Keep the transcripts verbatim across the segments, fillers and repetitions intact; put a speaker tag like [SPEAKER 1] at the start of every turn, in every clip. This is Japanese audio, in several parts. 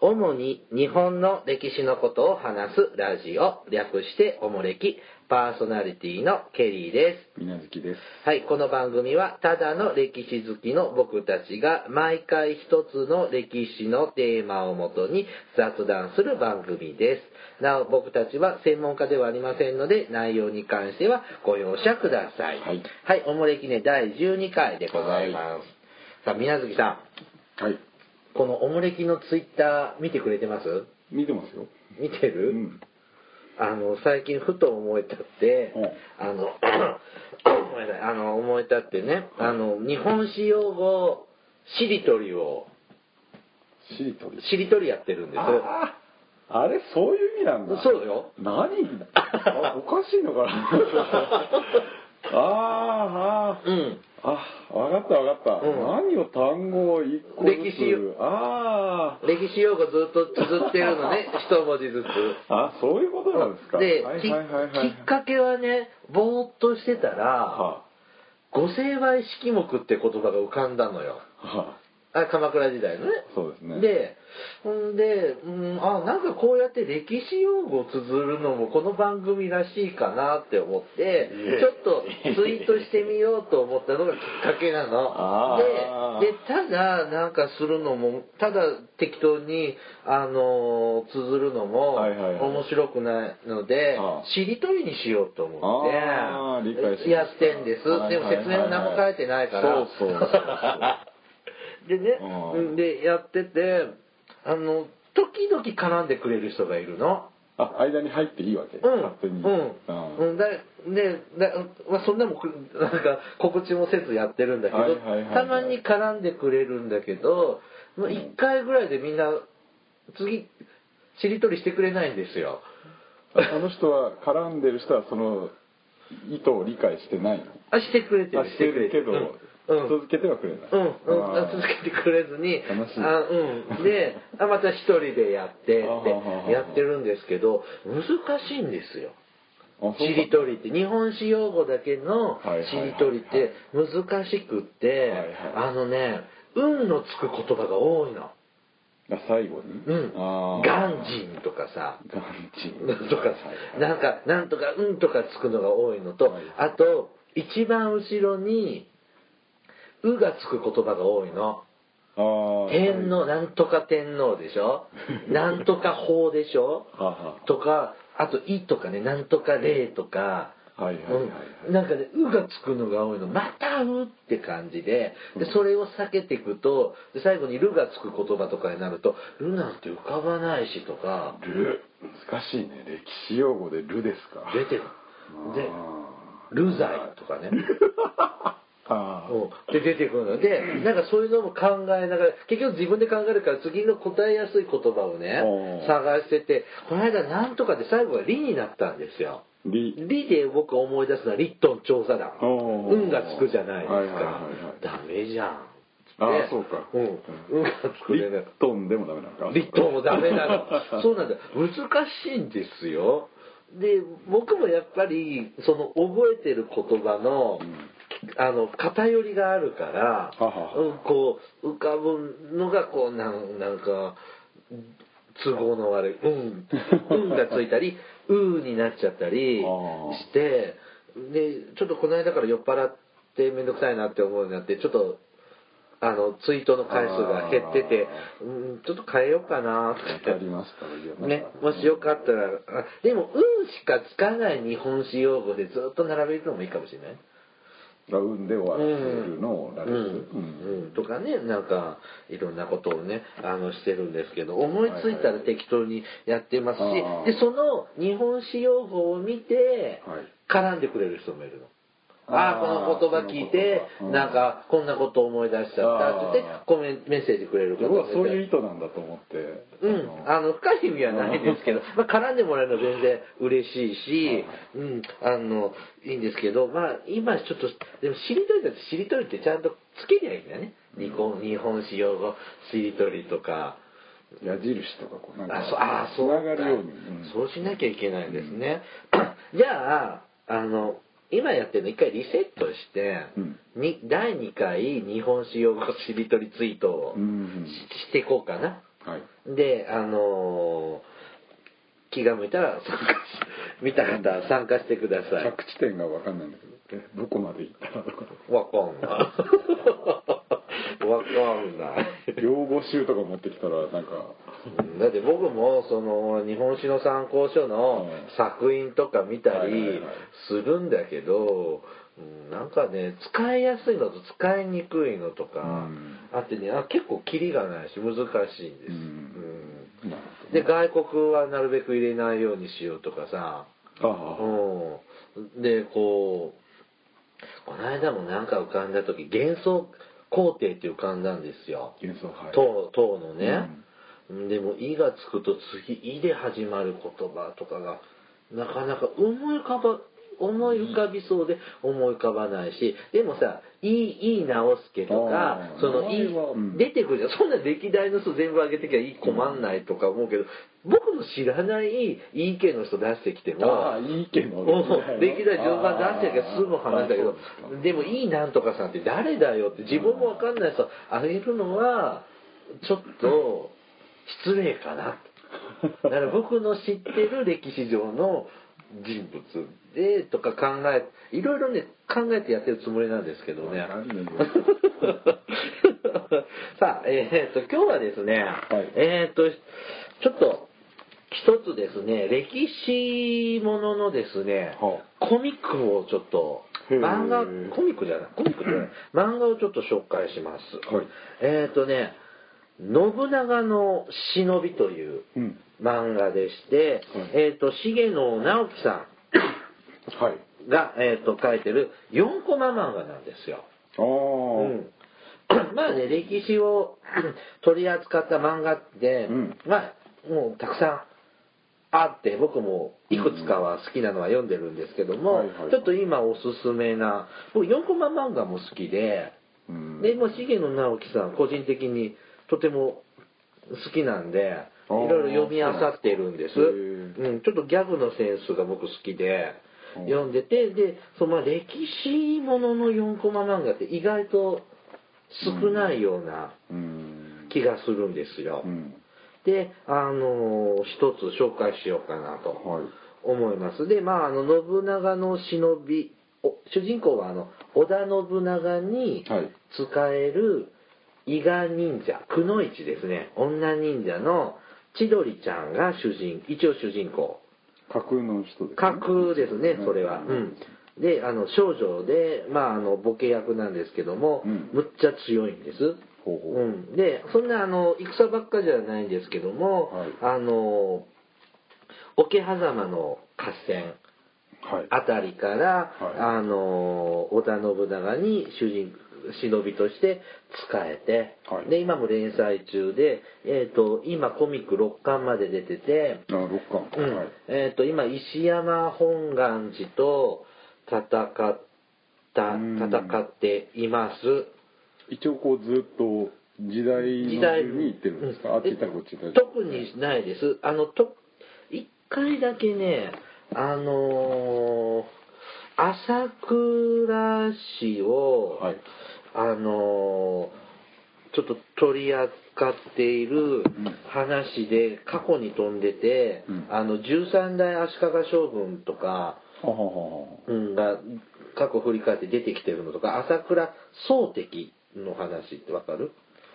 [SPEAKER 1] 主に日本の歴史のことを話すラジオ、略しておもれき、パーソナリティのケリーです。
[SPEAKER 2] みなずきです。
[SPEAKER 1] はい、この番組はただの歴史好きの僕たちが毎回一つの歴史のテーマをもとに雑談する番組です。なお僕たちは専門家ではありませんので、内容に関してはご容赦ください。
[SPEAKER 2] はい、
[SPEAKER 1] はい、おもれきねだいじゅうにかいでございます。はい、さあ、みなずきさん。
[SPEAKER 2] はい。
[SPEAKER 1] このおもれきのツイッター見てくれてます？
[SPEAKER 2] 見てますよ。
[SPEAKER 1] 見てる？
[SPEAKER 2] うん。
[SPEAKER 1] あの最近ふと思い立って、
[SPEAKER 2] うん、
[SPEAKER 1] あのごめんなさい、あの思い立ってね、あの日本史用語しりとりを
[SPEAKER 2] しりとり
[SPEAKER 1] しりとりやってるんです。
[SPEAKER 2] ああ、あれそういう意味なんだ。
[SPEAKER 1] そうよ。
[SPEAKER 2] 何？あ、おかしいのかな。あーあー、うん。あ、わかったわかった。うん、何を単語を一個ずつ。
[SPEAKER 1] 歴史ああ。歴史用語ずっと綴ってるのね、一文字ずつ。
[SPEAKER 2] あ、そういうことなんですか。
[SPEAKER 1] で、はいはいはいはい、きっかけはね、ぼーっとしてたら、はあ、御成敗式目って言葉が浮かんだのよ。はあ、あ、鎌倉時代のね。
[SPEAKER 2] そうですね。
[SPEAKER 1] で、ほんで、うん、あ、なんかこうやって歴史用語を綴るのもこの番組らしいかなって思って、ちょっとツイートしてみようと思ったのがきっかけなの。で、で、ただなんかするのも、ただ適当に、あのー、綴るのも面白くないので、しりとりにしようと思って、やってんです。でも説明も何も書いてないから。そうそうそうでね、でやってて、あの時々絡んでくれる人がいるの。
[SPEAKER 2] あ、間に入っていいわけ。
[SPEAKER 1] うん、勝手に。うん。うん。だで、だまあそんなもなんか告知もせずやってるんだけど、はいはいはいはい、たまに絡んでくれるんだけど、もういっかいぐらいでみんな次しりとりしてくれないんですよ。
[SPEAKER 2] あの人は絡んでる人はその意図を理解してないの？
[SPEAKER 1] あ、してくれてる。
[SPEAKER 2] してるけど。うんうん、続けてはくれない。
[SPEAKER 1] うん、うん、続けてくれずに、あ、うん、で、あ、また一人でやってってやってるんですけど、難しいんですよ。しりとりって日本史用語だけのしりとりって難しくって、あのね、運のつく言葉が多いの。
[SPEAKER 2] 最後に、
[SPEAKER 1] うん、鑑真とかさ、
[SPEAKER 2] 鑑真
[SPEAKER 1] とか、なんかなんとか運とかつくのが多いのと、あと一番後ろにうがつく言葉が多いの。天皇、なんとか天皇でしょ。なんとか法でしょ。とか、あといとかね、なんとか礼とか。はいはいはいはい、なんかね、うがつくのが多いの。またうって感じで、でそれを避けていくと、で最後にるがつく言葉とかになると、るなんて浮かばないしとか。
[SPEAKER 2] る、難しいね。歴史用語でるですか。
[SPEAKER 1] 出てる。で、る罪とかね。あで出てくるので、なんかそういうのも考えながら、結局自分で考えるから次の答えやすい言葉をね探してて、この間なんとかで最後は理になったんですよ。理, 理で僕思い出すのはリットン調査団、運がつくじゃないですか。はいはいはいはい、ダメじゃん。
[SPEAKER 2] ああ、そうか。
[SPEAKER 1] うん。運がつく
[SPEAKER 2] リットンでもダメなのか。
[SPEAKER 1] リットンもダメなの。そうなんだ。難しいんですよ。で、僕もやっぱりその覚えてる言葉の、うんあの偏りがあるから、ははうん、こう浮かぶのがこうなんなんか都合の悪い「うん」うんがついたり「う」になっちゃったりしてでちょっとこの間から酔っ払って面倒くさいなって思うようになってちょっとあのツイートの回数が減ってて、うん、ちょっと変えようかなって。
[SPEAKER 2] ありました
[SPEAKER 1] ね、もしよかったらあでも「うん」しかつかない日本史用語でずっと並べるのもいいかもしれない。
[SPEAKER 2] 運で終わらせるのをられる、うん
[SPEAKER 1] うんうん、とかね、なんかいろんなことをねあのしてるんですけど、思いついたら適当にやってますし、はいはい、でその日本史用語を見て絡んでくれる人もいるの。ああこの言葉聞いて、うん、なんかこんなこと思い出しちゃったって言ってコメンメッセージくれる方
[SPEAKER 2] がそういう意図なんだと思って
[SPEAKER 1] うんあの深い意味はないですけどまあ絡んでもらえるのは全然嬉しいし、うんあのいいんですけどまあ今ちょっとでもしりとりだってしりとりってちゃんとつけりゃいいんだよね、うん、日本日本史用語しりとりとか
[SPEAKER 2] 矢印とかこうなんか
[SPEAKER 1] あそう
[SPEAKER 2] つながるように、うん、
[SPEAKER 1] そうしなきゃいけないんですね、うん、じゃああの今やってるの一回リセットして、うん、にだいにかい日本史用語しりとりツイートを し,、うんうん、していこうかな。
[SPEAKER 2] はい、
[SPEAKER 1] であのー、気が向いたら参加し見た方は参加してください。
[SPEAKER 2] 着地点が分かんないんだけどどこまで行ったらとか
[SPEAKER 1] 分かんない分かんない
[SPEAKER 2] 用語集とか持ってきたらなんか
[SPEAKER 1] だって僕もその日本史の参考書の作品とか見たりするんだけど、なんかね使いやすいのと使いにくいのとかあってね、あ結構キリがないし難しいんです。うん、で外国はなるべく入れないようにしようとかさ、あ、うん、でこうこの間もなんか浮かんだ時幻想皇帝って浮かんだんですよ。
[SPEAKER 2] 幻想、はい、
[SPEAKER 1] 唐唐のね、うん、でも「い」がつくと次「い」で始まる言葉とかがなかなか思い浮かば思い浮かびそうで思い浮かばないし、でもさ「いい」「いい直輔」とかその「い」出てくるじゃん。そんな歴代の人全部上げてきゃいい困んないとか思うけど、僕の知らないいい家の人出してきても、
[SPEAKER 2] ああいい家の
[SPEAKER 1] 歴代順番出してきゃすぐ話だけど、でもいいなんとかさんって誰だよって自分も分かんない人あげるのはちょっと失礼かな。だから僕の知ってる歴史上の人物でとか考えいろいろね考えてやってるつもりなんですけどね。さあ、えー、っと今日はですね、はい、えー、っとちょっと一つですね歴史もののですね、はあ、コミックをちょっと漫画コミックじゃないコミックじゃない漫画をちょっと紹介します。はい、えー、っとね信長の忍びという漫画でして、うん、えー、と重野直樹さんが、はい、えー、と書いてるよんコマ漫画なんですよ。うん、まあね歴史を取り扱った漫画って、うん、まあもうたくさんあって僕もいくつかは好きなのは読んでるんですけども、うんはいはいはい、ちょっと今おすすめな僕よんコマ漫画も好きで、うん、でも重野直樹さん個人的にとても好きなんでいろいろ読み漁ってるんです。うん、ちょっとギャグのセンスが僕好きで読んでて、でそのまあ歴史もののよんコマ漫画って意外と少ないような気がするんですよ。うんうん、であのー、一つ紹介しようかなと思います。でまああの信長の忍び主人公はあの織田信長に使える、はい伊賀忍者くのいちですね女忍者の千鳥ちゃんが主人一応主人公
[SPEAKER 2] 架空の人ですね
[SPEAKER 1] 架空ですねそれは、うん、であの少女でまああのボケ役なんですけども、うん、むっちゃ強いんです。ほうほう、うん、でそんなあの戦ばっかじゃないんですけども、はい、あの桶狭間の合戦あたりから、はい、あの織田信長に主人公忍びとして使えて、はい、で今も連載中で、えー、と今コミックろっかんまで出てて
[SPEAKER 2] あろっかん、
[SPEAKER 1] うんはいえー、と今石山本願寺と戦った戦っています。
[SPEAKER 2] 一応こうずっと時代に行ってるんですか、うん、あっち行ったらこっち行ったら
[SPEAKER 1] 特にないです。あのと一回だけねあのー、朝倉市を、はいあのー、ちょっと取り扱っている話で過去に飛んでて、うん、あのじゅうさん代足利将軍とか、うん、が過去振り返って出てきてるのとか朝倉宗敵の話ってわかる？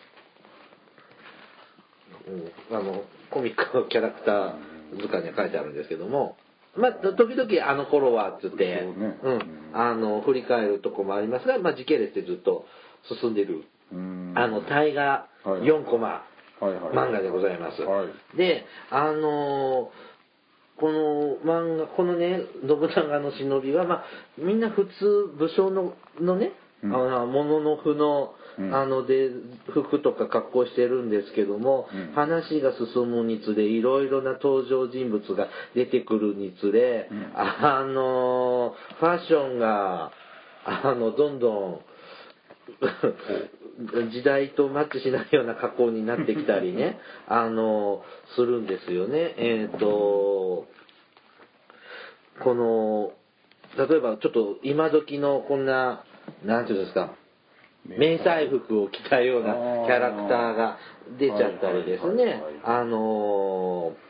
[SPEAKER 1] うん、あのコミックのキャラクター図鑑には書いてあるんですけどもまあ、時々あの頃はっつって、ねうん、あの振り返るとこもありますが、まあ、時系列でずっと進んでるあの大河よんコマ漫画でございます。はいはい、であのー、この漫画このね信長の忍びは、まあ、みんな普通武将ののね、うん、あもののふのあので服とか格好してるんですけども、うん、話が進むにつれいろいろな登場人物が出てくるにつれ、うん、あのファッションがあのどんどん時代とマッチしないような格好になってきたりねあのするんですよね。えっとこの例えばちょっと今時のこんななんていうんですか迷彩服を着たようなキャラクターが出ちゃったりですね、あのー、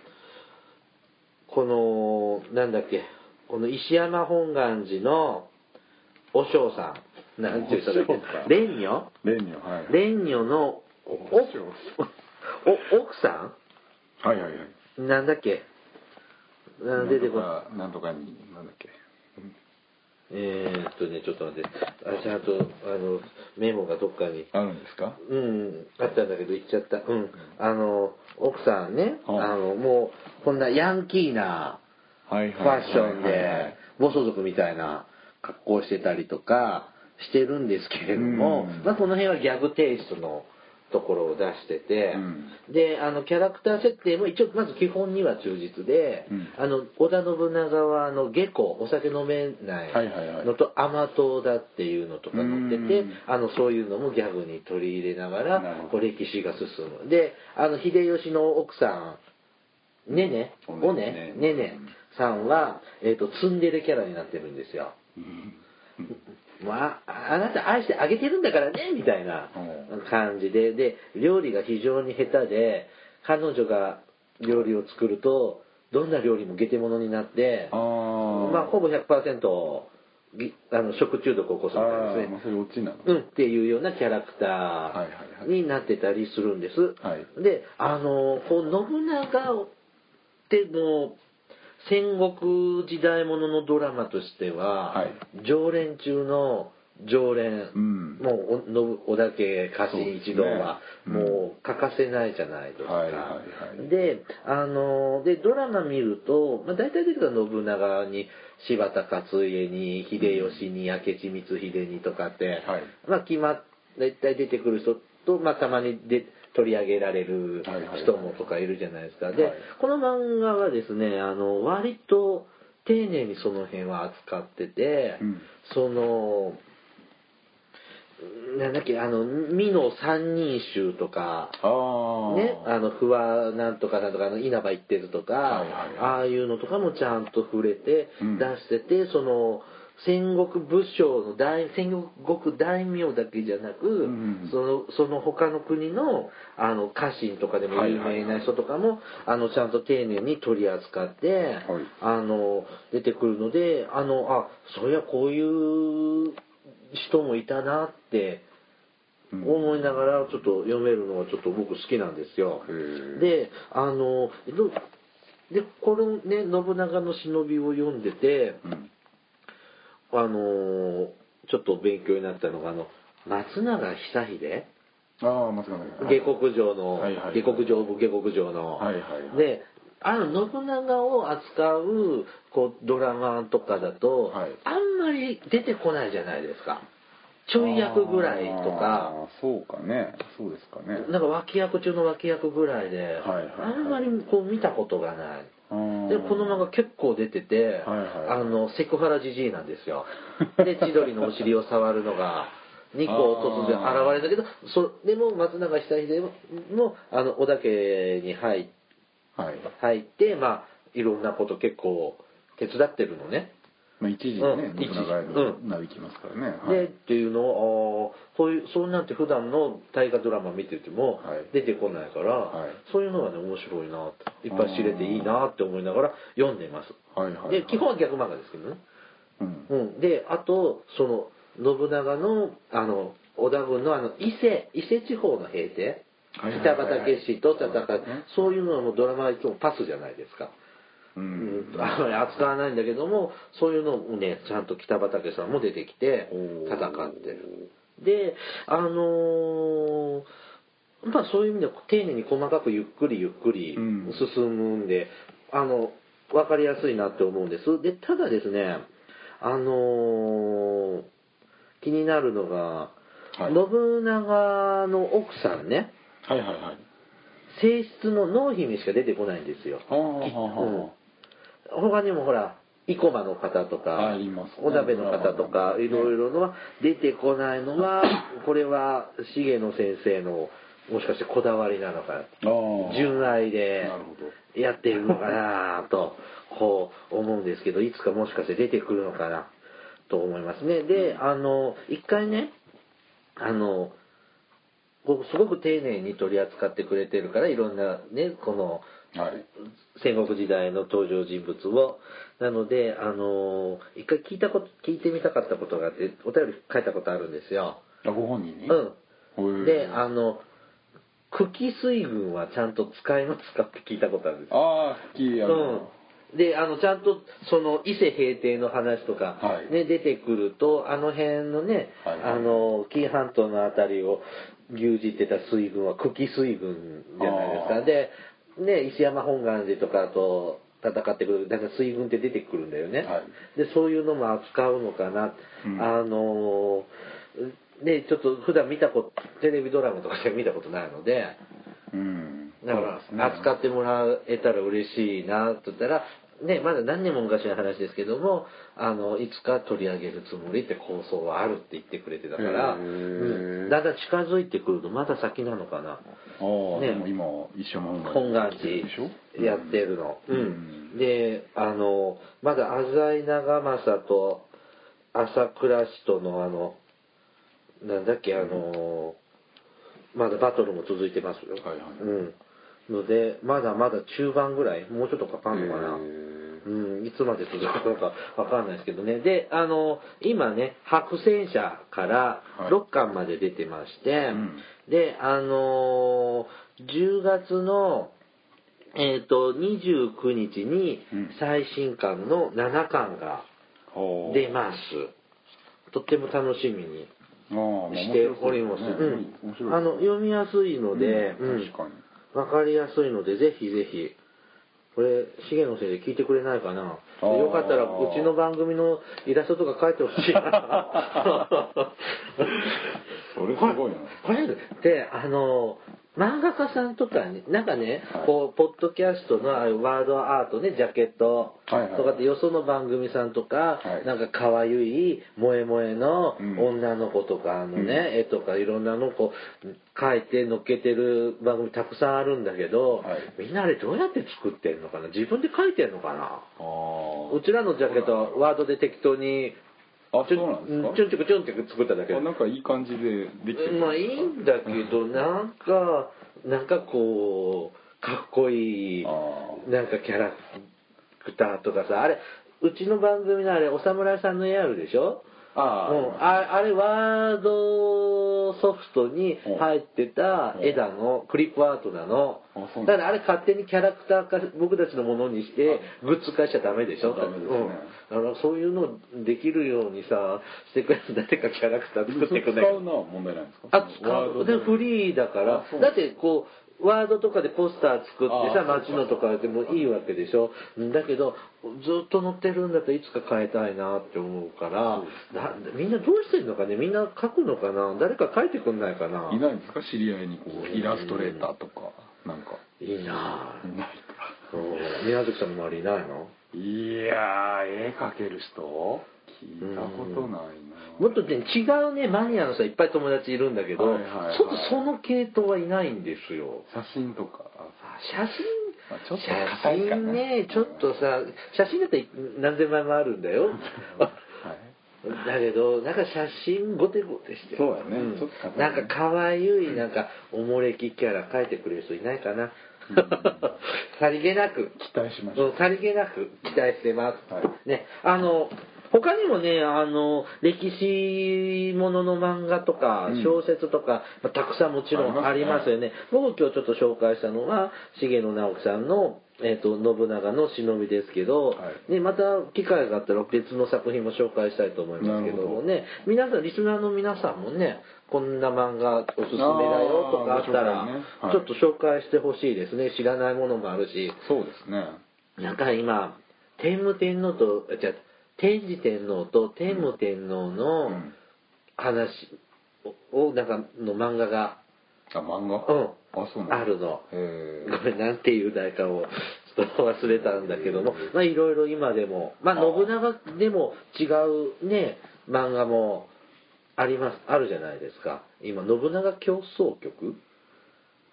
[SPEAKER 1] このなんだっけ、この石山本願寺の和尚さん、なんていう人だっけ、蓮如
[SPEAKER 2] 蓮如、はい、
[SPEAKER 1] 蓮如のおお奥さん、
[SPEAKER 2] はいはいはい、
[SPEAKER 1] なんだっけ、出てこ
[SPEAKER 2] ない。なんとかに、なんだっけ。
[SPEAKER 1] えーっとね、ちょっと待って、あ、ちゃんと、あの、メモがどっかに。
[SPEAKER 2] あるんですか？
[SPEAKER 1] うん、あったんだけど、行っちゃった。うん。あの、奥さんね、
[SPEAKER 2] はい、
[SPEAKER 1] あの、もう、こんなヤンキーなファッションで、暴走族みたいな格好してたりとかしてるんですけれども、まあ、この辺はギャグテイストのところを出してて、うん、であのキャラクター設定も一応まず基本には忠実で、うん、あの織田信長はあの下戸、お酒飲めないのと甘党だっていうのとか載ってて、あのそういうのもギャグに取り入れながらこう歴史が進む。であの秀吉の奥さんねねおねねねさんは、えーと、ツンデレキャラになってるんですよ。まあ、あなた愛してあげてるんだからねみたいな感じで、で料理が非常に下手で、彼女が料理を作るとどんな料理も下手者になって、あ、まあほぼ ひゃくパーセント あの食中毒を起こすみたいなですね、
[SPEAKER 2] それオチなの、
[SPEAKER 1] うん、っていうようなキャラクターになってたりするんです、はいはいはい、であのこう信長ってもう戦国時代もののドラマとしては、はい、常連中の常連、うん、もう織田家家臣一同はもう欠かせないじゃないですか。はいはいはい、であのでドラマ見ると、まあ、大体出てくる信長に柴田勝家に秀吉に明智光秀にとかって、はい、まあ決まっ大体出てくる人と、まあ、たまにで取り上げられる人もとかいるじゃないですか。で、この漫画はですね、あの割と丁寧にその辺は扱ってて、うん、そのなんだっけ、あの美濃三人衆とかね、あの不破なんとかなんとかの稲葉一徹とか、はいはいはい、ああいうのとかもちゃんと触れて出してて、うん、その戦国武将の大戦国大名だけじゃなく、うん、そのその他の国のあの家臣とかでも有名な人とかも、はいはいはい、あのちゃんと丁寧に取り扱って、はい、あの出てくるので、あのあそりゃこういう人もいたなって思いながらちょっと読めるのはちょっと僕好きなんですよ。であのでこれね、信長の忍びを読んでて、うん、あのちょっと勉強になったのがあの松永久秀、
[SPEAKER 2] ああ松永、
[SPEAKER 1] 下克上の、はいはいはい、下克上部下克上の、はいはいはい、であの信長を扱うこうドラマとかだと、はい、あんまり出てこないじゃないですか。ちょい役ぐらいとか、
[SPEAKER 2] あそうかね、そうですかね、
[SPEAKER 1] なんか脇役中の脇役ぐらいで、はいはいはい、あんまりこう見たことがない。でこの漫画結構出てて、はいはいはい、あのセクハラじじいなんですよ。で千鳥のお尻を触るのがにこ突然現れたけど、そでも松永久秀もあの織田家に入ってはい、入ってまあいろんなこと結構手伝ってるのね。
[SPEAKER 2] まあ一時ね、うん、信長になびきますからね。
[SPEAKER 1] うん、で、はい、っていうのをあそういうそうなんて普段の大河ドラマ見てても出てこないから、はい、そういうのがね面白いな、いっぱい知れていいなって思いながら読んでます。はいはいはい、で基本は逆漫画ですけどね。うんうん、であとその信長のあの織田軍のあの伊勢伊勢地方の平定。北畠氏と戦う、そういうのもドラマはいつもパスじゃないですか。うん、あまり扱わないんだけども、そういうのをねちゃんと北畠さんも出てきて戦ってる。であのー、まあそういう意味では丁寧に細かくゆっくりゆっくり進むんで、うん、あの分かりやすいなって思うんです。でただですね、あのー、気になるのが、はい、信長の奥さんね、はいはいはい、正室の濃姫しか出てこないんですよ。はあはあ、うん、他にもほら生駒の方とか、ね、お鍋の方とか、いろいろのは出てこないのは、これは重野先生のもしかしてこだわりなのか、純愛でやってるのかなとこう思うんですけど、いつかもしかして出てくるのかなと思いますね。であの一回ねあのこうすごく丁寧に取り扱ってくれてるから、いろんなねこの、はい、戦国時代の登場人物を、なのであの一回聞いたこと聞いてみたかったことがあって、お便り書いたことあるんですよ。
[SPEAKER 2] あ、ご本人に？
[SPEAKER 1] うん。で、あの久喜水軍はちゃんと使いますかって聞いたことあるんです。
[SPEAKER 2] ああ、久喜あの、
[SPEAKER 1] うん、であのちゃんとその伊勢平定の話とか、はい、ね、出てくると、あの辺のね、はいはい、あの紀伊半島のあたりを牛耳ってた水軍は久喜水軍じゃないですか。で、ね、石山本願寺とかと戦ってくる、だから水軍って出てくるんだよね。はい、でそういうのも扱うのかな。うん、あのでちょっと普段見たことテレビドラマとかしか見たことないので、うん、だから扱ってもらえたら嬉しいなと言ったら、ね、まだ何年も昔の話ですけども、あのいつか取り上げるつもりって構想はあるって言ってくれてたから、うん、だんだん近づいてくるとまだ先なのかな。
[SPEAKER 2] あ、ね、でも今一緒の
[SPEAKER 1] 本願寺やってるの、うんうん、であのまだ浅井長政と朝倉氏とのあのなんだっけ、あのー、まだバトルも続いてますよ。はいはい、うん。のでまだまだ中盤ぐらい、もうちょっとかかんのかな。うん、いつまで続くのかわかんないですけどね。で、あのー、今ね、白戦車からろっかんまで出てまして、はい、うん、で、あのー、じゅうがつのえっとにじゅうくにちに最新刊のななかんが出ます。うん、とっても楽しみにしております。うん、あの読みやすいので、うん、確かに分かりやすいので、ぜひぜひこれ重野先生聞いてくれないかな。よかったらうちの番組のイラストとか描いてほしいな。
[SPEAKER 2] それすごいな。
[SPEAKER 1] これであの漫画家さんとかになんかね、はい、こうポッドキャストのああいうワードアートね、ジャケットとかってよその番組さんとか、はい、なんか可愛い萌え萌えの女の子とかのね、うん、絵とかいろんなのこう描いて載っけてる番組たくさんあるんだけど、はい、みんなあれどうやって作ってんのかな、自分で描いてんのかな。うちらのジャケットはワードで適当に
[SPEAKER 2] あ、そうなんですか。
[SPEAKER 1] ちょんちょくちょんちょく作っただけで。
[SPEAKER 2] なんかいい感じでできてる。
[SPEAKER 1] まあいいんだけど、なんかなんかこうかっこいいなんかキャラクターとかさ、あれうちの番組のあれお侍さんの絵あるでしょ。あ, うん、あ, あれワードソフトに入ってた絵だの、クリップアートなの。だからあれ勝手にキャラクター化僕たちのものにしてグッズ化しちゃダメでしょ。ダメですね。うん、だからそういうのできるようにさしてくれる、誰かキャラクター作ってくれない。
[SPEAKER 2] 使うのは問題ないんですか。
[SPEAKER 1] あ、使う。でフリーだから。だってこうワードとかでポスター作ってさ、街のとかでもいいわけでしょ。だけどずっと載ってるんだったらいつか変えたいなって思うから、なみんなどうしてんのかね。みんな書くのかな。誰か書いてくんないかな。
[SPEAKER 2] いないんですか、知り合いにこうイラストレーターとかなんか。
[SPEAKER 1] いいなぁ。
[SPEAKER 2] いないか。
[SPEAKER 1] 宮崎さんの周りいないの？
[SPEAKER 2] いやー、絵描ける人聞いたことないな。
[SPEAKER 1] もっとね違うねマニアのさいっぱい友達いるんだけど、はいはいはい、ちょっとその系統はいないんですよ。
[SPEAKER 2] 写真とか。
[SPEAKER 1] 写真ちょっと写真ね、ちょっとさ写真だって何千枚もあるんだよ。だけどなんか写真ゴテゴテしてる。
[SPEAKER 2] そうやね、うん、
[SPEAKER 1] ちょっとなんか可愛いなんかおもれきキャラ描いてくれる人いないかな。さりげなく
[SPEAKER 2] 期待しましょう。
[SPEAKER 1] さりげなく期待してます、はい、ね。あの他にもね、あの歴史ものの漫画とか小説とか、うん、たくさんもちろんありますよね。僕今日ちょっと紹介したのは重野直樹さんのえー、と信長の忍びですけど、はい、ね、また機会があったら別の作品も紹介したいと思いますけどもね、皆さんリスナーの皆さんもねこんな漫画おすすめだよとかあったら、ね、はい、ちょっと紹介してほしいですね。知らないものもあるし。
[SPEAKER 2] そうですね。
[SPEAKER 1] なんか今天武天皇とじゃ天智天皇と天武天皇の話をなんかの漫画が、
[SPEAKER 2] あ、漫画、
[SPEAKER 1] うん、あ、そうなんあるの。これなんていう題かをちょっと忘れたんだけども、まあいろいろ今でも、まあ信長でも違うね漫画もあります、あるじゃないですか。今信長競争曲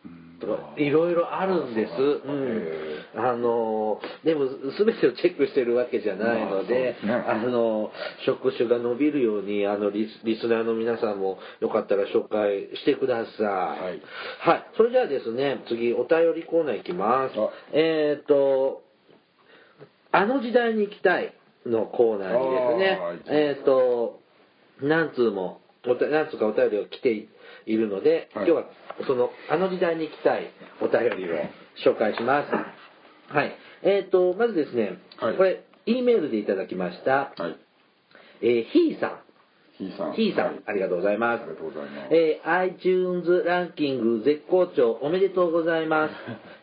[SPEAKER 1] とかいろいろあるんです。うん、あのでも全てをチェックしてるわけじゃないので、あ、ね、あの職種が伸びるようにあのリス、リスナーの皆さんもよかったら紹介してください。はい、はい、それじゃあですね、次お便りコーナーいきます。えっ、ー、とあの時代に行きたいのコーナーにですね、えっ、ー、と何通も何通かお便りを来ているので、はい、今日はそのあの時代に行きたいお便りを紹介します。はい。えっ、ー、とまずですね、はい、これ E メールでいただきました。はい。えー、ひーさん。
[SPEAKER 2] ひーさん。
[SPEAKER 1] ひーさん、はい、ありがとうございます。
[SPEAKER 2] ありがとうございます。
[SPEAKER 1] えー、iTunes ランキング絶好調おめでとうございます。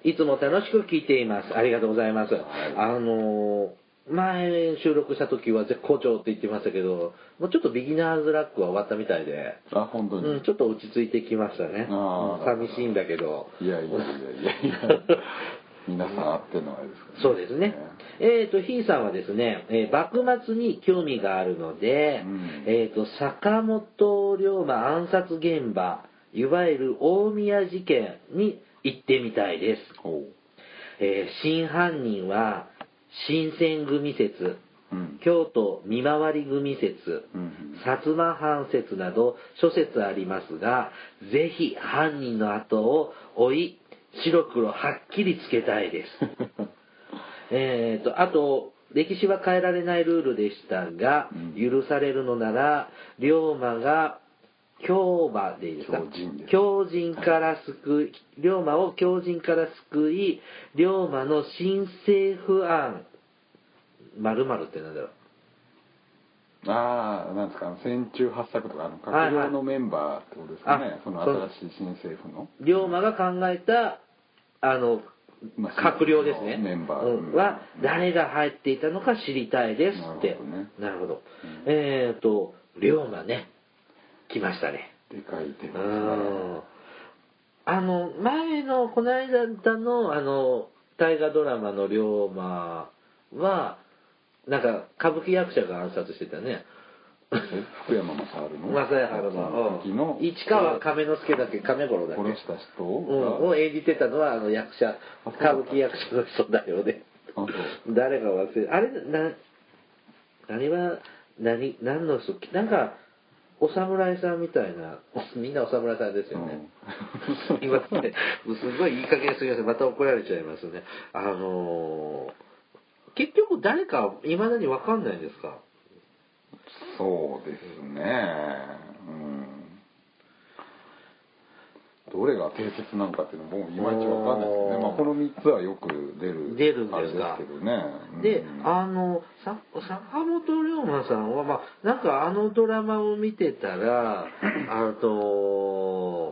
[SPEAKER 1] いつも楽しく聞いています。ありがとうございます。はい、あのー。前収録した時は絶好調って言ってましたけど、もうちょっとビギナーズラックは終わったみたいで、
[SPEAKER 2] あ、本当に、
[SPEAKER 1] うん、ちょっと落ち着いてきましたね。あ、寂しいんだけど。
[SPEAKER 2] いやいやいやいやいや皆さんあってのあれですかね。
[SPEAKER 1] そうですね。えっ、ー、とひーさんはですね、えー、幕末に興味があるので、うん、えっ、ー、と坂本龍馬暗殺現場、いわゆる大宮事件に行ってみたいです。えー、真犯人は新選組説、うん、京都見回り組説、うん、薩摩藩説など諸説ありますが、ぜひ犯人の後を追い白黒はっきりつけたいですえとあと歴史は変えられないルールでしたが、うん、許されるのなら龍馬が狂馬でいいですか、狂人から救い、龍馬を狂人から救い、龍馬の新政府案〇〇ってなんだろう、
[SPEAKER 2] ああ、なんですか、戦中八策とかあの閣僚のメンバーってことですかね、はいはい、その新しい新政府の
[SPEAKER 1] 龍馬が考えたあの、まあ、閣僚ですね
[SPEAKER 2] メンバー、
[SPEAKER 1] うん、は誰が入っていたのか知りたいですって。なるほど、ね、うん、えっ、ー、と龍馬ね来ましたね。
[SPEAKER 2] でかい手ですね。
[SPEAKER 1] あの前のこの間のあの大河ドラマの龍馬はなんか歌舞伎役者が暗殺してたね。
[SPEAKER 2] 福山雅治の
[SPEAKER 1] 雅治の市川亀之助だっけ、亀五郎だっけ、
[SPEAKER 2] 殺した人、
[SPEAKER 1] うん、を演じてたのはあの役者、歌舞伎役者の人だよね。誰か忘れあれなあれは何何の人なんかお侍さんみたいな、みんなお侍さんですよね。うん、今ね、すごいいい加減すぎません。また怒られちゃいますね。あのー、結局誰かいまだに分かんないんですか？
[SPEAKER 2] そうですね。うん。どれが定説なのかっていうのもいまいち分かんないですけどね。まあこのみっつはよく出る
[SPEAKER 1] 出るんです
[SPEAKER 2] かですけどね。
[SPEAKER 1] で、うん、あのさ坂本龍馬さんはまあなんかあのドラマを見てたらあと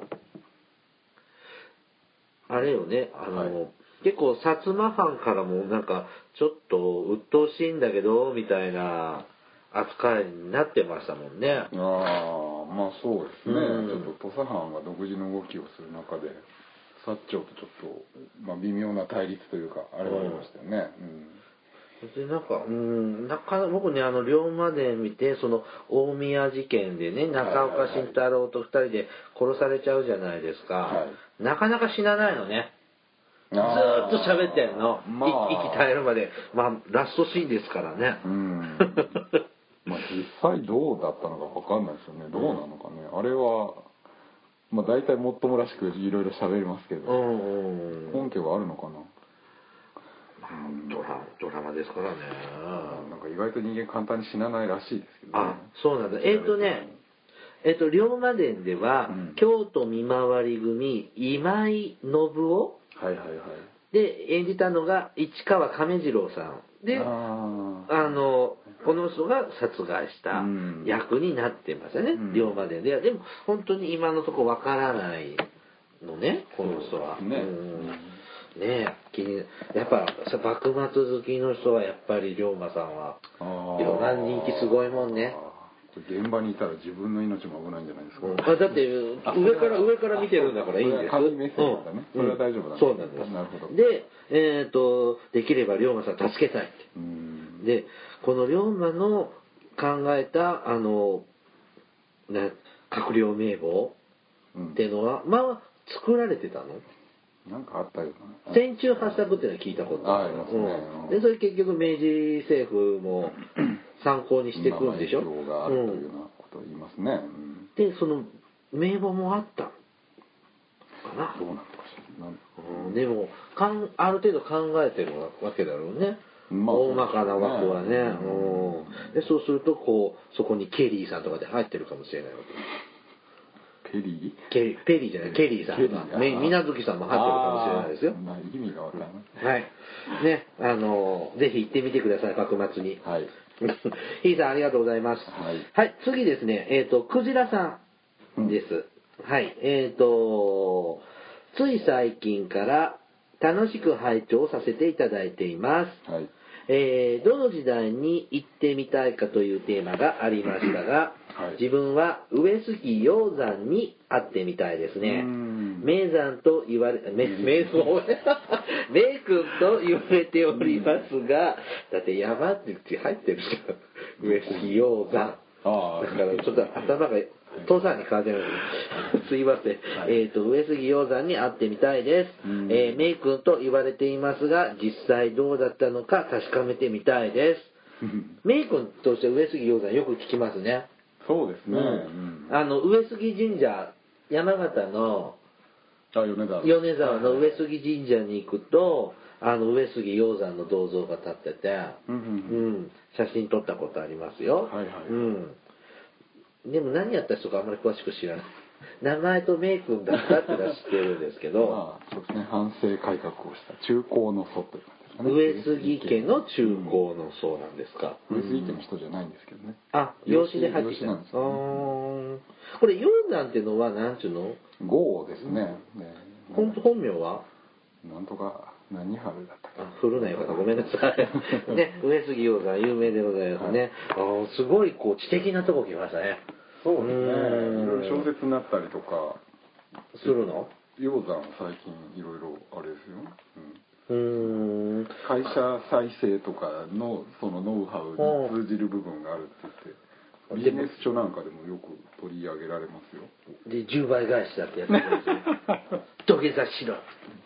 [SPEAKER 1] あれよね、あの、はい、結構薩摩藩からもなんかちょっと鬱陶しいんだけどみたいな扱いになってましたもんね。あ
[SPEAKER 2] あ、まあそうですね、うん、ちょっと土佐藩が独自の動きをする中で薩長とちょっと、まあ、微妙な対立というかあれはありましたよね。
[SPEAKER 1] うん、でなんかうんなか僕ねあの龍馬伝見てその大宮事件でね中岡慎太郎とふたりで殺されちゃうじゃないですか、はい、なかなか死なないのね。ずーっと喋ってんの、まあ、息絶えるまで、まあラストシーンですからね。
[SPEAKER 2] うんまあ実際どうだったのか分かんないですよね。どうなのかね。あれはまあ大体もっともらしくいろいろ喋りますけど、うんうん、根拠はあるのかな。
[SPEAKER 1] まあ、ドラドラマですからね。
[SPEAKER 2] なんか意外と人間簡単に死なないらしいですけどね。
[SPEAKER 1] あ、そうなんだ。えっ、ー、とね、えっ、ー、と龍馬伝では、うん、京都見回り組今井信夫、はいはいはい、で演じたのが市川亀次郎さんで、ああのこの人が殺害した役になってましたね、うん、龍馬伝で。でも本当に今のところわからないのねこの人は。ね、うんねえ、やっぱ幕末好きの人はやっぱり龍馬さんは人気すごいもんね。
[SPEAKER 2] 現場にいたら自分の命も危ないんじゃないですか。
[SPEAKER 1] うん、あだって上から上から見てるんだからいいんです。
[SPEAKER 2] 神目線だね。それは大丈夫だね。
[SPEAKER 1] そうなんです。なるほど。で、えっ、ー、とできれば龍馬さん助けたいって。うんでこの龍馬の考えたあのね閣僚名簿っていうのは、うん、まあ作られてたの？
[SPEAKER 2] なんかあったよ
[SPEAKER 1] な。戦中八策っていうのは聞いたことある。
[SPEAKER 2] ありますね。
[SPEAKER 1] うん、でそれ結局明治政府も参考にしていくんでしょ。
[SPEAKER 2] 影響があるというようなことを言いますね。うん、
[SPEAKER 1] でその名簿もあったかな。
[SPEAKER 2] どうなのかしら。
[SPEAKER 1] うん、でもかんある程度考えてるわけだろうね。まあ、大まかな枠はね。うん、でそうするとこうそこにケリーさんとかで入ってるかもしれないわけ。
[SPEAKER 2] ペリー
[SPEAKER 1] ケリーペリーじゃないケリーさんがみなずきさんも入ってるかもしれないですよ。
[SPEAKER 2] まあ、意味がわからない。
[SPEAKER 1] はいねあのぜひ行ってみてください幕末に。
[SPEAKER 2] はい。
[SPEAKER 1] ひいさんありがとうございます。
[SPEAKER 2] はい。
[SPEAKER 1] はい、次ですねえっ、ー、とクジラさんです。うん、はいえっ、ー、とつい最近から楽しく拝聴させていただいています。
[SPEAKER 2] はい。
[SPEAKER 1] えー、どの時代に行ってみたいかというテーマがありましたが、はい、自分は上杉鷹山に会ってみたいですね。名山と言われ、名、名君と言われておりますが、だって山って入ってるじゃん。上杉鷹山。あだからちょっと頭が父さんに変わってるすいません、はい、えっ、ー、と上杉鷹山に会ってみたいです、えー、名君と言われていますが実際どうだったのか確かめてみたいです名君として上杉鷹山よく聞きますね。
[SPEAKER 2] そうですね、うん、
[SPEAKER 1] あの上杉神社山形の
[SPEAKER 2] あ米沢
[SPEAKER 1] 米沢の上杉神社に行くとあの上杉鷹山の銅像が立ってて、うんうん、写真撮ったことありますよ、はいはいはい、うんでも何やった人かあんまり詳しく知らない。名前と名君だったってのは知ってるんですけど。
[SPEAKER 2] まあ、そうですね。反省改革をした中高の祖というか
[SPEAKER 1] ね。上杉家の中高の祖なんですか。
[SPEAKER 2] うん、上杉家の人じゃないんですけどね。
[SPEAKER 1] あ、養子で入ってきたんですか。これ、鷹山っていうのは何ちゅうの？
[SPEAKER 2] 豪ですね。
[SPEAKER 1] うん、ね本本名は？
[SPEAKER 2] なんとか。何春だったか
[SPEAKER 1] あ古ない方ごめんなさいね上杉鷹山有名でございますね、はい、あすごいこう知的なとこ来ましたね。
[SPEAKER 2] そうですねいろいろ小説になったりとか
[SPEAKER 1] するの
[SPEAKER 2] 鷹山最近いろいろあれですよ、
[SPEAKER 1] うん、うん
[SPEAKER 2] 会社再生とかのそのノウハウに通じる部分があるって言ってビジネス書なんかでもよく取り上げられますよ
[SPEAKER 1] でじゅうばい返しだってやつですよ土下座しろ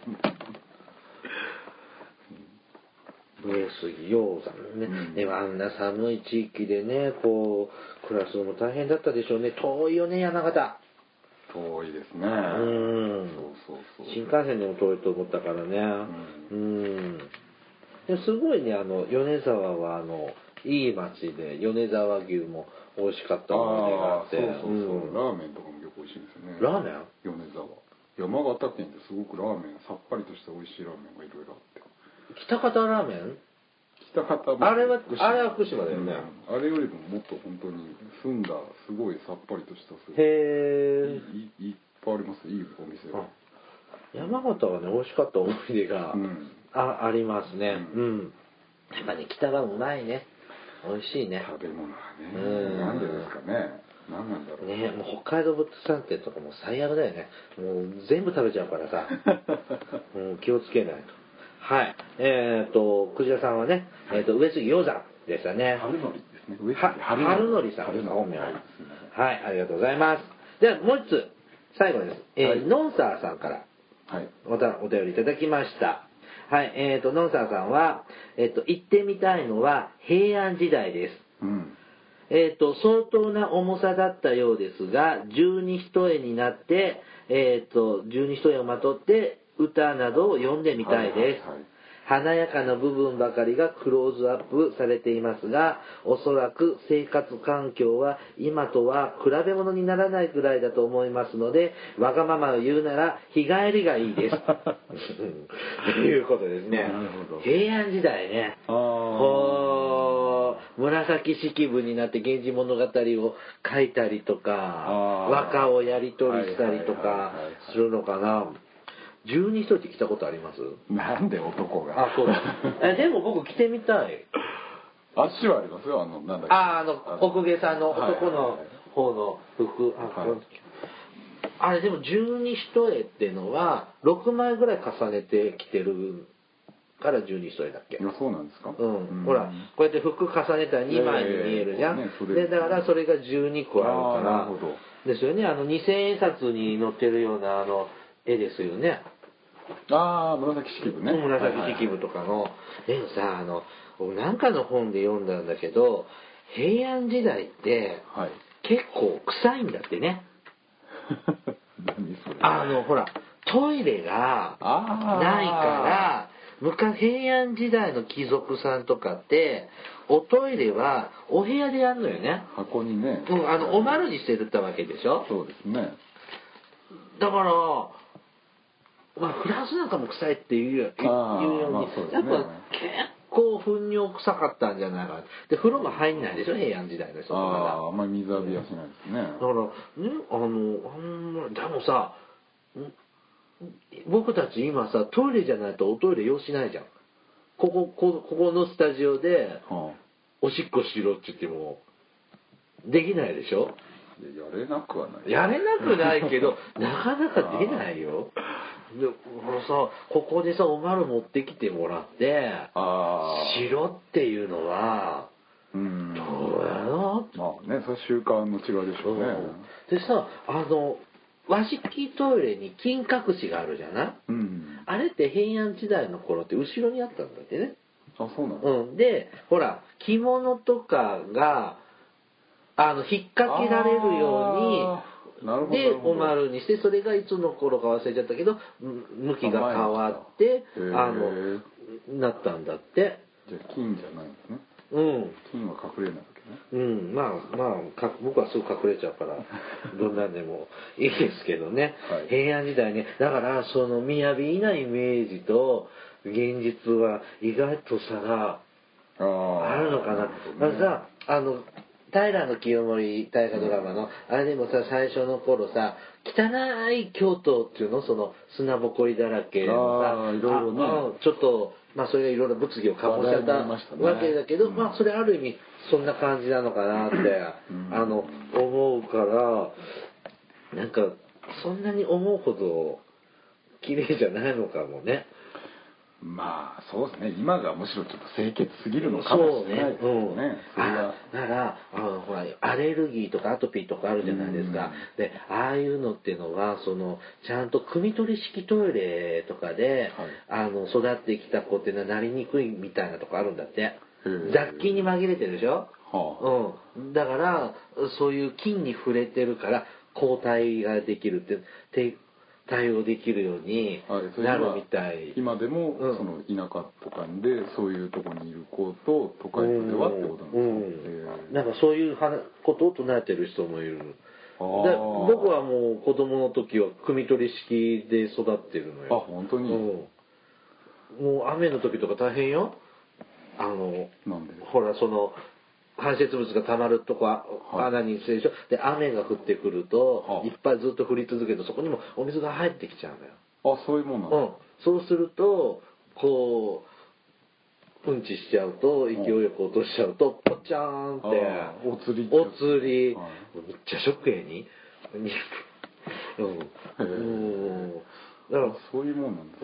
[SPEAKER 1] 上杉鷹山ね、うん、でもあんな寒い地域でねこう暮らすのも大変だったでしょうね。遠いよね山形。
[SPEAKER 2] 遠いですね。
[SPEAKER 1] うん
[SPEAKER 2] そうそうそう
[SPEAKER 1] 新幹線でも遠いと思ったからね。うんうんですごいねあの米沢はあのいい町で米沢牛も美味しかった思い出があって
[SPEAKER 2] そうそうそう、うん、ラーメンとかもよく美味しいんですよね。
[SPEAKER 1] ラーメン
[SPEAKER 2] 米沢山形県ってすごくラーメンさっぱりとした美味しいラーメンがいろいろあって
[SPEAKER 1] 北方ラーメン
[SPEAKER 2] 北方
[SPEAKER 1] あれはあれは福島だよね、
[SPEAKER 2] うん、あれよりももっと本当に澄んだすごいさっぱりとした
[SPEAKER 1] へえ
[SPEAKER 2] い, い, いっぱいありますいいお店が
[SPEAKER 1] 山形はね美味しかった思い出が、うん、あ, ありますね、うんうん、やっぱね北はうまいね美味しいね
[SPEAKER 2] 食べ物はね、うん、なんでですかね何なんだろう
[SPEAKER 1] ねもう北海道物産展とかもう最悪だよねもう全部食べちゃうからさもう気をつけないとはいえー、とクジラさんはね、えー、と上杉鷹山でしたね
[SPEAKER 2] 春則ですね
[SPEAKER 1] 上杉春則さんです本名はいありがとうございますではもう一つ最後です、えーはい、ノンサーさんからまたお便りいただきましたはいえー、とノンサーさんは、えー、と行ってみたいのは平安時代です、うんえー、と相当な重さだったようですが十二単になって、えー、と十二単をまとって歌などを読んでみたいです、はいはいはい、華やかな部分ばかりがクローズアップされていますがおそらく生活環境は今とは比べ物にならないくらいだと思いますのでわがままを言うなら日帰りがいいですということですね。なるほど平安時代ねほー紫式部になって源氏物語を書いたりとか和歌をやり取りしたりとかするのかな。十二単って来たことあります？
[SPEAKER 2] なんで男が？
[SPEAKER 1] あ、そうだ。えでも僕着てみたい。
[SPEAKER 2] 足はありますよ。あのなんだっけ。
[SPEAKER 1] あ、あの奥下さんの男の方の服。あ、はい、あれでも十二単っていうのはろくまいぐらい重ねて着てるから十二単だっけ？
[SPEAKER 2] いやそうなんですか？
[SPEAKER 1] うん。うんほらこうやって服重ねたらにまいに見えるじゃん。えーね、でだからそれがじゅうにこあるから。なるほど。ですよね。あの二千円札に載ってるようなあの絵ですよね。
[SPEAKER 2] ああ、紫式部ね。
[SPEAKER 1] 紫式部とかの。でもさ、あの、なんかの本で読んだんだけど、平安時代って、はい、結構臭いんだってね。
[SPEAKER 2] 何それ。
[SPEAKER 1] あの、ほら、トイレがないから、昔、平安時代の貴族さんとかって、おトイレはお部屋でやるのよね。
[SPEAKER 2] 箱にね。
[SPEAKER 1] うん、あの、おまるにしてるってわけでしょ。
[SPEAKER 2] そうですね。
[SPEAKER 1] だから、まあ、フランスなんかも臭いっていうように、まあね、やっぱ結構糞尿臭かったんじゃないかな。で、風呂が入んないでしょ、平安時代の人とかが。
[SPEAKER 2] ああ、あんまり水浴びはしないですね。
[SPEAKER 1] だから、ね、あの、あんまり、でもさ、僕たち今さ、トイレじゃないとおトイレ用しないじゃん。ここ、こここのスタジオで、おしっこしろって言っても、できないでしょ。
[SPEAKER 2] やれなくはない。
[SPEAKER 1] やれなくないけど、なかなか出ないよ。でさ、ここでさ、おまる持ってきてもらって、しろっていうのは、
[SPEAKER 2] うん、
[SPEAKER 1] どうやろ
[SPEAKER 2] う。まあね、それ習慣の違いでしょうね。
[SPEAKER 1] でさ、あの、和式トイレに金隠しがあるじゃない、うん、あれって平安時代の頃って後ろにあったんだってね。
[SPEAKER 2] あ、そうなの、
[SPEAKER 1] うん、で、ほら、着物とかが、あの、引っ掛けられるように、で、おまるにして、それがいつの頃か忘れちゃったけど、向きが変わって、あの、なったんだって。
[SPEAKER 2] じゃあ金じゃないんですね。
[SPEAKER 1] うん。
[SPEAKER 2] 金は隠れないわけね。
[SPEAKER 1] うん、まあまあか、僕はすぐ隠れちゃうから、どんなんでもいいですけどね。はい、平安時代ね、だから、その、雅なイメージと、現実は意外と差があるのかな。だからさ、あの、平清盛大河ドラマの、あれでもさ、最初の頃さ、汚い京都っていうの、その砂ぼこりだらけのさ、
[SPEAKER 2] いろいろね、
[SPEAKER 1] ちょっと、まあそれがいろいろ物議を醸しちゃったわけだけど、まあそれある意味そんな感じなのかなって、あの、思うから、なんか、そんなに思うほど綺麗じゃないのかもね。
[SPEAKER 2] まあそうですね、今がむしろちょっと清潔すぎるのかもしれないですね。そうね、うん、それが
[SPEAKER 1] だからあのほらアレルギーとかアトピーとかあるじゃないですか。でああいうのっていうのはそのちゃんと汲み取り式トイレとかで、はい、あの育ってきた子っていうのはなりにくいみたいなとこあるんだって。雑菌に紛れてるでしょ、はあ、うん、だからそういう菌に触れてるから抗体ができるって対応できるようになるみたい、はい、
[SPEAKER 2] 今でも、うん、その田舎とかでそういうところにいる子と都会区ではってことなんですか、うん
[SPEAKER 1] うん、なんかそういうことを唱えてる人もいる。で僕はもう子供の時は汲み取り式で育ってるのよ。
[SPEAKER 2] あ、本当に、うん、
[SPEAKER 1] もう雨の時とか大変よ。あの
[SPEAKER 2] なんで
[SPEAKER 1] ほらその排泄物が溜まるとこ穴にしてるでしょ。で雨が降ってくると、はい、いっぱいずっと降り続けるとそこにもお水が入ってきちゃうのよ。
[SPEAKER 2] あ、そういうもんなんだ、うん、
[SPEAKER 1] そうするとこううんちしちゃうと勢いよく落としちゃうとポチャーンって
[SPEAKER 2] お釣り
[SPEAKER 1] お釣り、はい、めっちゃショックやにうん、
[SPEAKER 2] うんだからそういうもんなんです、
[SPEAKER 1] うん、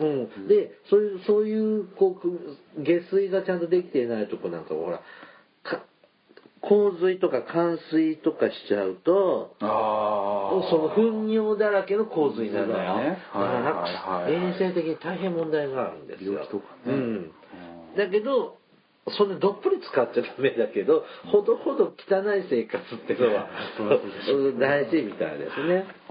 [SPEAKER 1] でそういうそういうこう下水がちゃんとできていないとこなんかほらか洪水とか冠水とかしちゃうと、あその糞尿だらけの洪水になるんだよ。ね、だから衛生的に大変問題があるんですよ。
[SPEAKER 2] 病気とかね。
[SPEAKER 1] うん。だけどそんなどっぷり使っちゃダメだけど、うん、ほどほど汚い生活っていうのは大事みたいですね。うん、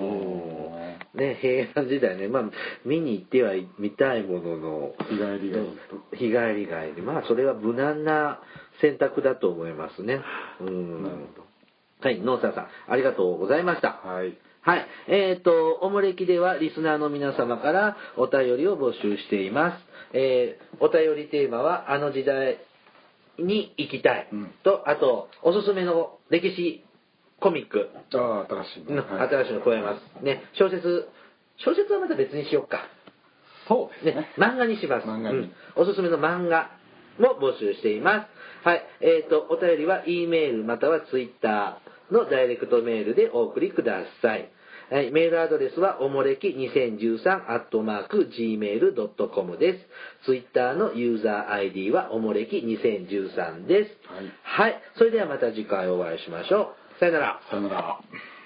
[SPEAKER 1] ね、平安時代ね、まあ見に行っては見たいものの
[SPEAKER 2] 日帰りがいい
[SPEAKER 1] と日帰りがいい、まあそれは無難な選択だと思いますね。うん。なるほど。はい、ノーサーさんありがとうございました。
[SPEAKER 2] はい。
[SPEAKER 1] はい。えっと、おもれきではリスナーの皆様からお便りを募集しています。えー、お便りテーマはあの時代に行きたい、うん、と、あとおすすめの歴史コミック、
[SPEAKER 2] ああ新しいの、
[SPEAKER 1] はい、新しいの加えますね。小説小説はまた別にしようか。
[SPEAKER 2] そうですね。
[SPEAKER 1] ね、漫画にします。
[SPEAKER 2] 漫画に、うん、
[SPEAKER 1] おすすめの漫画も募集しています。はい。えっとお便りは E メールまたは Twitter のダイレクトメールでお送りください。はい、メールアドレスはおもれきにせんじゅうさんアットマーク ジーメールドットコム です。ツイッターのユーザー アイディー はおもれきにせんじゅうさんです。はい。はい。それではまた次回お会いしましょう。さよなら。
[SPEAKER 2] さよなら。